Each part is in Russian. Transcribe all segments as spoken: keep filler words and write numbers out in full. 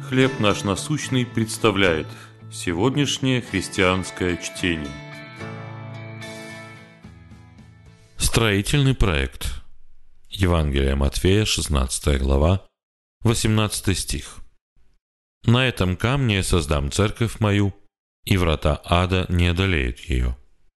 «Хлеб наш насущный» представляет сегодняшнее христианское чтение. Строительный проект. Евангелие Матфея, шестнадцатая глава, восемнадцатый стих. «На этом камне я создам церковь мою, и врата ада не одолеют ее».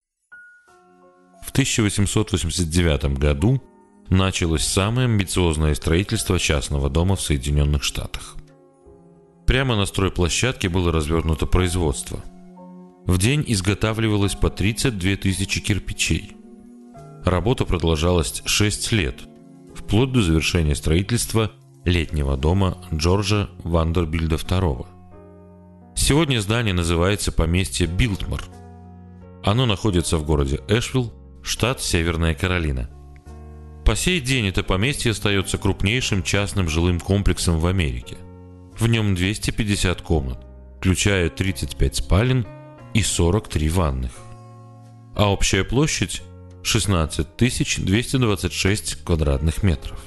В тысяча восемьсот восемьдесят девятом году началось самое амбициозное строительство частного дома в Соединенных Штатах. Прямо на стройплощадке было развернуто производство. В день изготавливалось по тридцать две тысячи кирпичей. Работа продолжалась шесть лет, вплоть до завершения строительства летнего дома Джорджа Вандербильда второго. Сегодня здание называется поместье Билтмор. Оно находится в городе Эшвилл, штат Северная Каролина. По сей день это поместье остается крупнейшим частным жилым комплексом в Америке. В нем двести пятьдесят комнат, включая тридцать пять спален и сорок три ванных. А общая площадь – шестнадцать тысяч двести двадцать шесть квадратных метров.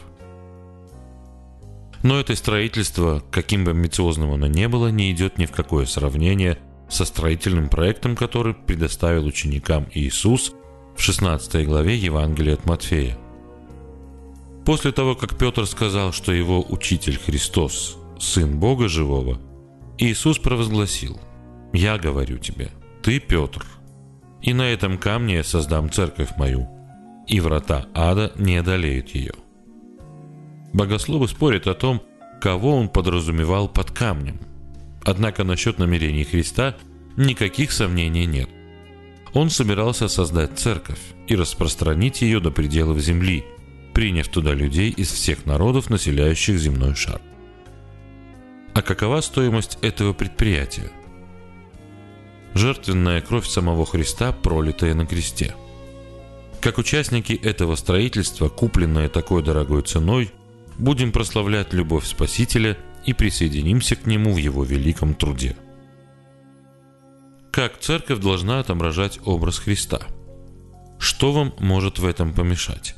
Но это строительство, каким бы амбициозным оно ни было, не идет ни в какое сравнение со строительным проектом, который предоставил ученикам Иисус в шестнадцатой главе Евангелия от Матфея. После того, как Петр сказал, что его учитель Христос – Сын Бога Живого, Иисус провозгласил: «Я говорю тебе, ты Петр, и на этом камне я создам церковь мою, и врата ада не одолеют ее». Богословы спорят о том, кого он подразумевал под камнем. Однако насчет намерений Христа никаких сомнений нет. Он собирался создать церковь и распространить ее до пределов земли, приняв туда людей из всех народов, населяющих земной шар. А какова стоимость этого предприятия? Жертвенная кровь самого Христа, пролитая на кресте. Как участники этого строительства, купленное такой дорогой ценой, будем прославлять любовь Спасителя и присоединимся к Нему в Его великом труде. Как церковь должна отображать образ Христа? Что вам может в этом помешать?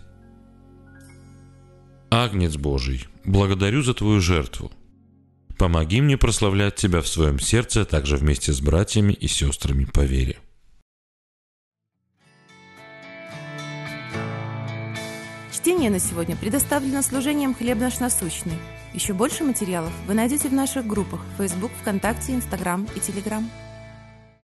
Агнец Божий, благодарю за Твою жертву. Помоги мне прославлять Тебя в своем сердце, а также вместе с братьями и сестрами по вере. Чтение на сегодня предоставлено служением «Хлеб наш насущный». Еще больше материалов вы найдете в наших группах Facebook, ВКонтакте, Инстаграм и Телеграм.